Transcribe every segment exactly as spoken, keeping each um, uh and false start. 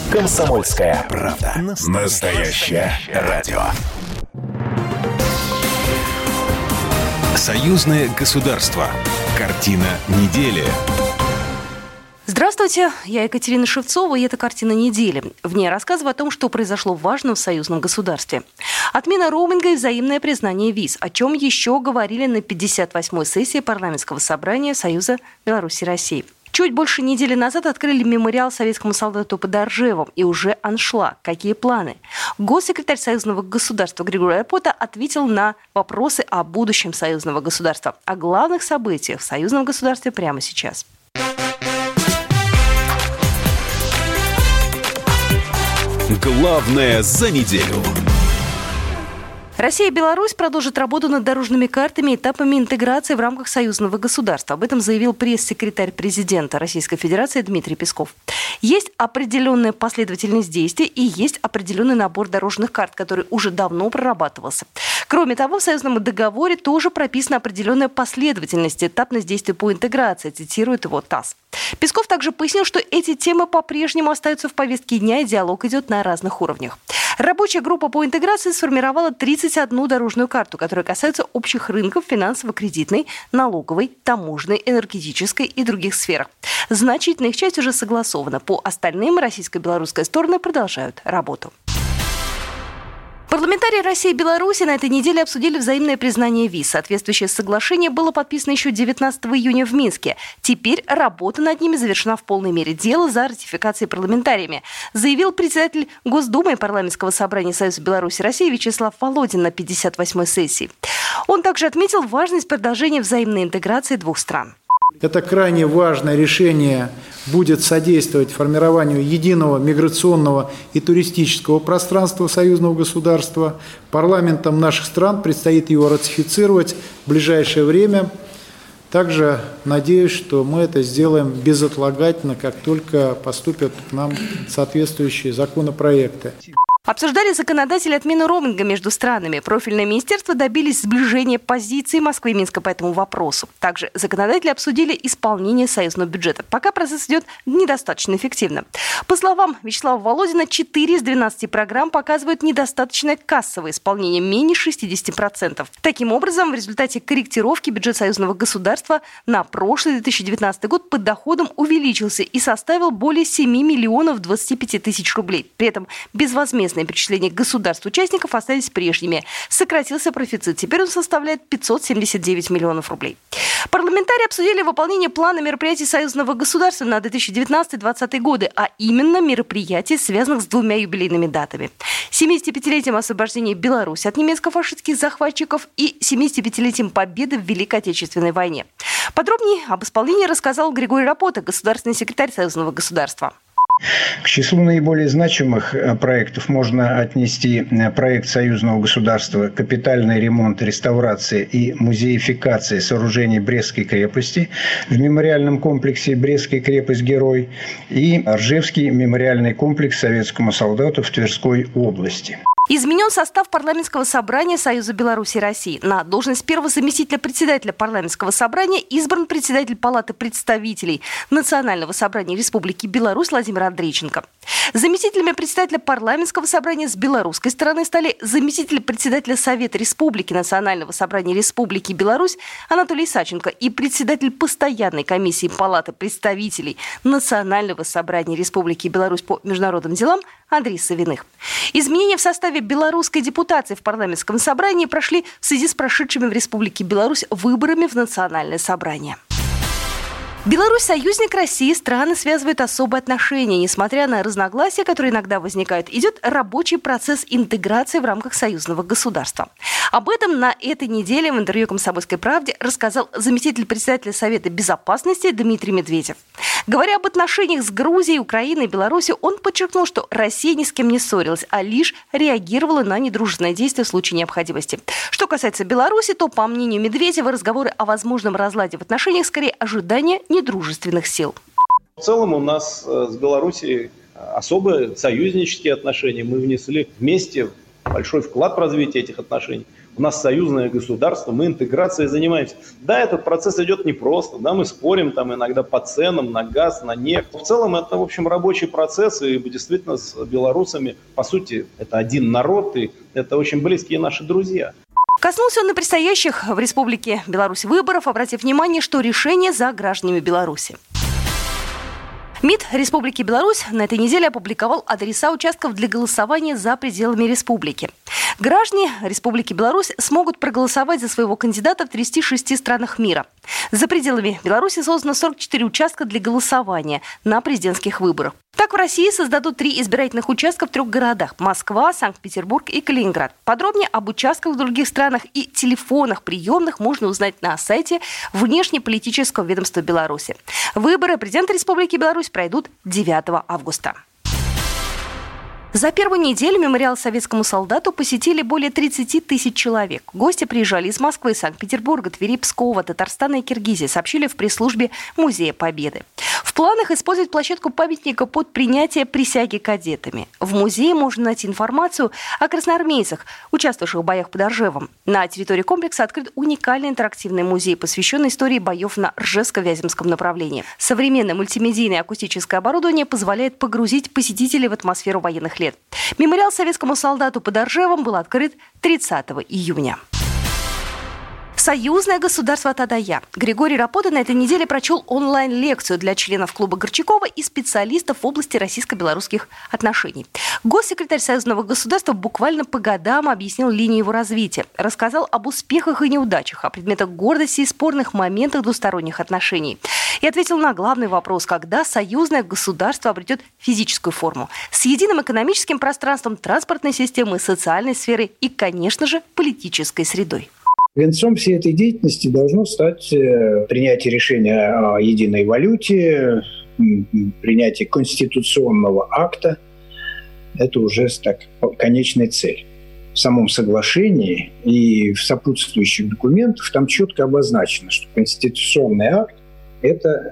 «Комсомольская правда». Настоящее радио. Союзное государство. Картина недели. Здравствуйте, я Екатерина Шевцова, и это «Картина недели». В ней рассказываю о том, что произошло важно в союзном государстве. Отмена роуминга и взаимное признание виз, о чем еще говорили на пятьдесят восьмой сессии парламентского собрания Союза Беларуси и России. Чуть больше недели назад открыли мемориал советскому солдату под Оржевом, и уже аншлаг. Какие планы? Госсекретарь союзного государства Григорий Рапота ответил на вопросы о будущем союзного государства, о главных событиях в союзном государстве прямо сейчас. Главное за неделю. Россия и Беларусь продолжат работу над дорожными картами и этапами интеграции в рамках союзного государства. Об этом заявил пресс-секретарь президента Российской Федерации Дмитрий Песков. Есть определенная последовательность действий и есть определенный набор дорожных карт, который уже давно прорабатывался. Кроме того, в союзном договоре тоже прописана определенная последовательность, этапность действий по интеграции, цитирует его ТАСС. Песков также пояснил, что эти темы по-прежнему остаются в повестке дня, и диалог идет на разных уровнях. Рабочая группа по интеграции сформировала тридцать одну дорожную карту, которая касается общих рынков финансово-кредитной, налоговой, таможенной, энергетической и других сферах. Значительная их часть уже согласована. По остальным российско- белорусская стороны продолжают работу. Парламентарии России и Беларуси на этой неделе обсудили взаимное признание виз. Соответствующее соглашение было подписано еще девятнадцатого июня в Минске. Теперь работа над ними завершена в полной мере. Дело за ратификацией парламентариями, заявил председатель Госдумы и парламентского собрания Союза Беларуси и России Вячеслав Володин на пятьдесят восьмой сессии. Он также отметил важность продолжения взаимной интеграции двух стран. Это крайне важное решение будет содействовать формированию единого миграционного и туристического пространства союзного государства. Парламентам наших стран предстоит его ратифицировать в ближайшее время. Также надеюсь, что мы это сделаем безотлагательно, как только поступят к нам соответствующие законопроекты. Обсуждали законодатели отмену роуминга между странами. Профильное министерство добились сближения позиций Москвы и Минска по этому вопросу. Также законодатели обсудили исполнение союзного бюджета. Пока процесс идет недостаточно эффективно. По словам Вячеслава Володина, четыре из двенадцати программ показывают недостаточное кассовое исполнение, менее шестьдесят процентов. Таким образом, в результате корректировки бюджет союзного государства на прошлый две тысячи девятнадцатый год под доходом увеличился и составил более семи миллионов двадцати пяти тысяч рублей. При этом безвозмездно перечисления государств-участников остались прежними. Сократился профицит. Теперь он составляет пятьсот семьдесят девять миллионов рублей. Парламентарии обсудили выполнение плана мероприятий союзного государства на две тысячи девятнадцатый — две тысячи двадцатый годы, а именно мероприятий, связанных с двумя юбилейными датами. семидесятипятилетием освобождения Беларуси от немецко-фашистских захватчиков и семидесятипятилетием победы в Великой Отечественной войне. Подробнее об исполнении рассказал Григорий Рапота, государственный секретарь союзного государства. К числу наиболее значимых проектов можно отнести проект союзного государства «Капитальный ремонт, реставрация и музеификация сооружений Брестской крепости» в мемориальном комплексе «Брестская крепость-герой» и Оржевский мемориальный комплекс советскому солдату в Тверской области. Изменен состав парламентского собрания Союза Беларуси и России. На должность первого заместителя председателя парламентского собрания избран председатель Палаты представителей Национального собрания Республики Беларусь Владимир Андрейченко. Заместителями председателя парламентского собрания с белорусской стороны стали заместитель председателя Совета Республики Национального собрания Республики Беларусь Анатолий Саченко и председатель постоянной комиссии Палаты представителей Национального собрания Республики Беларусь по международным делам Андрей Савиных. Изменения в составе белорусской депутации в парламентском собрании прошли в связи с прошедшими в Республике Беларусь выборами в Национальное собрание. Беларусь – союзник России, страны связывают особые отношения. Несмотря на разногласия, которые иногда возникают, идет рабочий процесс интеграции в рамках союзного государства. Об этом на этой неделе в интервью «Комсомольской правде» рассказал заместитель председателя Совета безопасности Дмитрий Медведев. Говоря об отношениях с Грузией, Украиной и Беларусью, он подчеркнул, что Россия ни с кем не ссорилась, а лишь реагировала на недружественные действия в случае необходимости. Что касается Беларуси, то, по мнению Медведева, разговоры о возможном разладе в отношениях скорее ожидания недружественных сил. В целом у нас с Белоруссией особые союзнические отношения. Мы внесли вместе большой вклад в развитие этих отношений. У нас союзное государство, мы интеграцией занимаемся. Да, этот процесс идет непросто, да, мы спорим там иногда по ценам на газ, на нефть. В целом это, в общем, рабочий процесс, и действительно с белорусами, по сути, это один народ, и это очень близкие наши друзья. Коснулся он на предстоящих в Республике Беларусь выборов, обратив внимание, что решение за гражданами Беларуси. МИД Республики Беларусь на этой неделе опубликовал адреса участков для голосования за пределами республики. Граждане Республики Беларусь смогут проголосовать за своего кандидата в тридцати шести странах мира. За пределами Беларуси создано сорок четыре участка для голосования на президентских выборах. Так в России создадут три избирательных участка в трех городах – Москва, Санкт-Петербург и Калининград. Подробнее об участках в других странах и телефонах приемных можно узнать на сайте Внешнеполитического ведомства Беларуси. Выборы президента Республики Беларусь пройдут девятого августа. За первую неделю мемориал советскому солдату посетили более тридцати тысяч человек. Гости приезжали из Москвы, Санкт-Петербурга, Твери, Пскова, Татарстана и Киргизии, сообщили в пресс-службе Музея Победы. В планах использовать площадку памятника под принятие присяги кадетами. В музее можно найти информацию о красноармейцах, участвовавших в боях под Ржевом. На территории комплекса открыт уникальный интерактивный музей, посвященный истории боев на Ржевско-Вяземском направлении. Современное мультимедийное акустическое оборудование позволяет погрузить посетителей в атмосферу военных лет. Мемориал советскому солдату под Ржевом был открыт тридцатого июня. Союзное государство Тадая. Григорий Рапота на этой неделе прочел онлайн-лекцию для членов клуба Горчакова и специалистов в области российско-белорусских отношений. Госсекретарь Союзного государства буквально по годам объяснил линию его развития, рассказал об успехах и неудачах, о предметах гордости и спорных моментах двусторонних отношений. И ответил на главный вопрос, когда союзное государство обретет физическую форму с единым экономическим пространством, транспортной системой, социальной сферой и, конечно же, политической средой. Венцом всей этой деятельности должно стать принятие решения о единой валюте, принятие конституционного акта. Это уже так, конечная цель. В самом соглашении и в сопутствующих документах там четко обозначено, что конституционный акт – это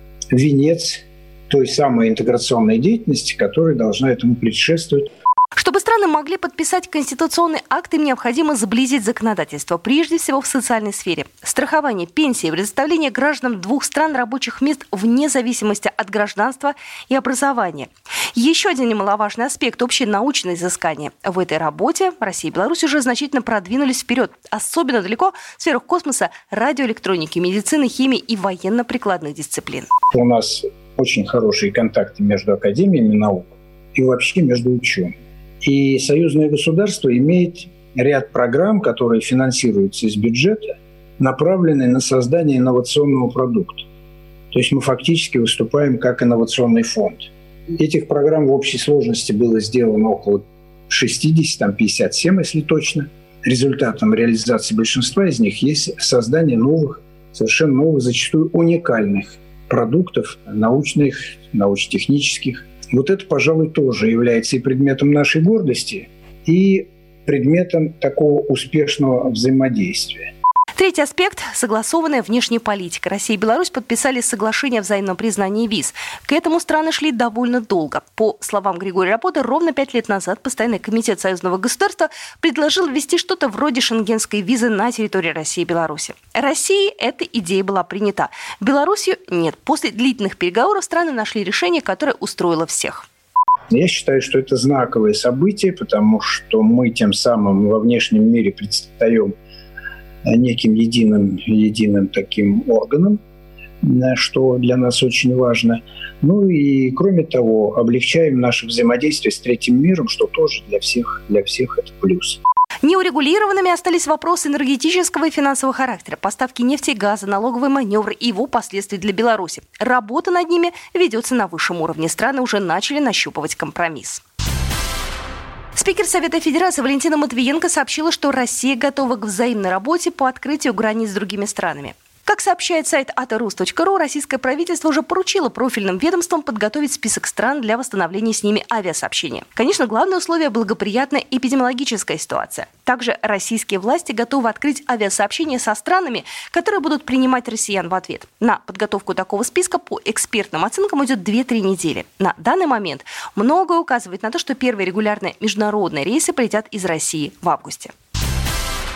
венец той самой интеграционной деятельности, которая должна этому предшествовать. Чтобы страны могли подписать конституционный акт, им необходимо сблизить законодательство, прежде всего в социальной сфере. Страхование, пенсии, предоставление гражданам двух стран рабочих мест вне зависимости от гражданства и образования. Еще один немаловажный аспект – общее научное изыскание. В этой работе Россия и Беларусь уже значительно продвинулись вперед. Особенно далеко в сферах космоса, радиоэлектроники, медицины, химии и военно-прикладных дисциплин. У нас очень хорошие контакты между академиями наук и вообще между учеными. И союзное государство имеет ряд программ, которые финансируются из бюджета, направленные на создание инновационного продукта. То есть мы фактически выступаем как инновационный фонд. Этих программ в общей сложности было сделано около шестьдесят, там пятьдесят семь, если точно. Результатом реализации большинства из них есть создание новых, совершенно новых, зачастую уникальных продуктов, научных, научно-технических. Вот это, пожалуй, тоже является и предметом нашей гордости, и предметом такого успешного взаимодействия. Третий аспект – согласованная внешняя политика. Россия и Беларусь подписали соглашение о взаимном признании виз. К этому страны шли довольно долго. По словам Григория Рапоты, ровно пять лет назад Постоянный комитет Союзного государства предложил ввести что-то вроде шенгенской визы на территории России и Беларуси. России эта идея была принята. Беларусью нет. После длительных переговоров страны нашли решение, которое устроило всех. Я считаю, что это знаковое событие, потому что мы тем самым во внешнем мире предстаем неким единым, единым таким органом, что для нас очень важно. Ну и, кроме того, облегчаем наше взаимодействие с третьим миром, что тоже для всех, для всех это плюс. Неурегулированными остались вопросы энергетического и финансового характера, поставки нефти и газа, налоговый маневр и его последствий для Беларуси. Работа над ними ведется на высшем уровне. Страны уже начали нащупывать компромисс. Спикер Совета Федерации Валентина Матвиенко сообщила, что Россия готова к взаимной работе по открытию границ с другими странами. Как сообщает сайт атарус точка ру, российское правительство уже поручило профильным ведомствам подготовить список стран для восстановления с ними авиасообщения. Конечно, главное условие – благоприятная эпидемиологическая ситуация. Также российские власти готовы открыть авиасообщения со странами, которые будут принимать россиян в ответ. На подготовку такого списка по экспертным оценкам идет две-три недели. На данный момент многое указывает на то, что первые регулярные международные рейсы полетят из России в августе.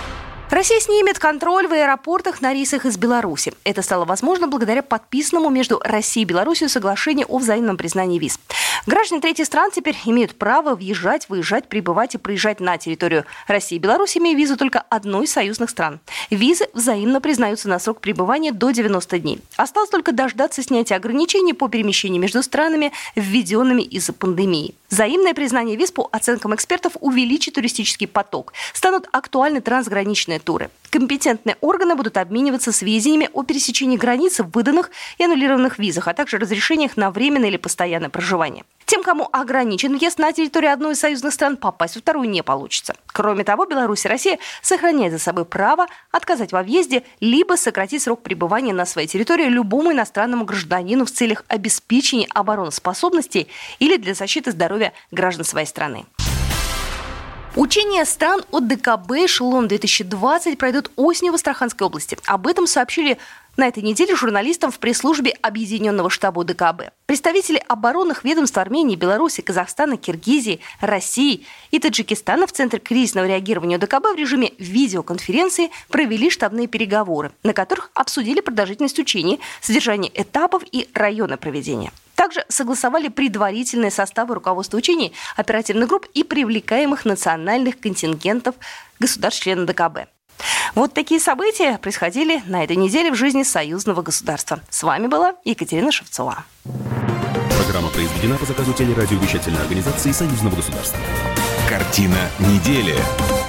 Россия снимет контроль в аэропортах на рейсах из Беларуси. Это стало возможно благодаря подписанному между Россией и Беларусью соглашению о взаимном признании виз. Граждане третьих стран теперь имеют право въезжать, выезжать, прибывать и проезжать на территорию России и Беларуси, имея визу только одной из союзных стран. Визы взаимно признаются на срок пребывания до девяноста дней. Осталось только дождаться снятия ограничений по перемещению между странами, введенными из-за пандемии. Взаимное признание виз, по оценкам экспертов, увеличит туристический поток. Станут актуальны трансграничные туры. Компетентные органы будут обмениваться сведениями о пересечении границ в выданных и аннулированных визах, а также разрешениях на временное или постоянное проживание. Тем, кому ограничен въезд на территорию одной из союзных стран, попасть во вторую не получится. Кроме того, Беларусь и Россия сохраняют за собой право отказать во въезде либо сократить срок пребывания на своей территории любому иностранному гражданину в целях обеспечения обороноспособности или для защиты здоровья граждан своей страны. Учения стран от ДКБ «Эшелон-две тысячи двадцать» пройдут осенью в Астраханской области. Об этом сообщили на этой неделе журналистам в пресс-службе Объединенного штаба ДКБ. Представители оборонных ведомств Армении, Беларуси, Казахстана, Киргизии, России и Таджикистана в Центре кризисного реагирования ДКБ в режиме видеоконференции провели штабные переговоры, на которых обсудили продолжительность учений, содержание этапов и районы проведения. Также согласовали предварительные составы руководства учений, оперативных групп и привлекаемых национальных контингентов государств-членов ДКБ. Вот такие события происходили на этой неделе в жизни союзного государства. С вами была Екатерина Шевцова. Программа произведена по заказу телерадиовещательной организации Союзного государства. Картина недели.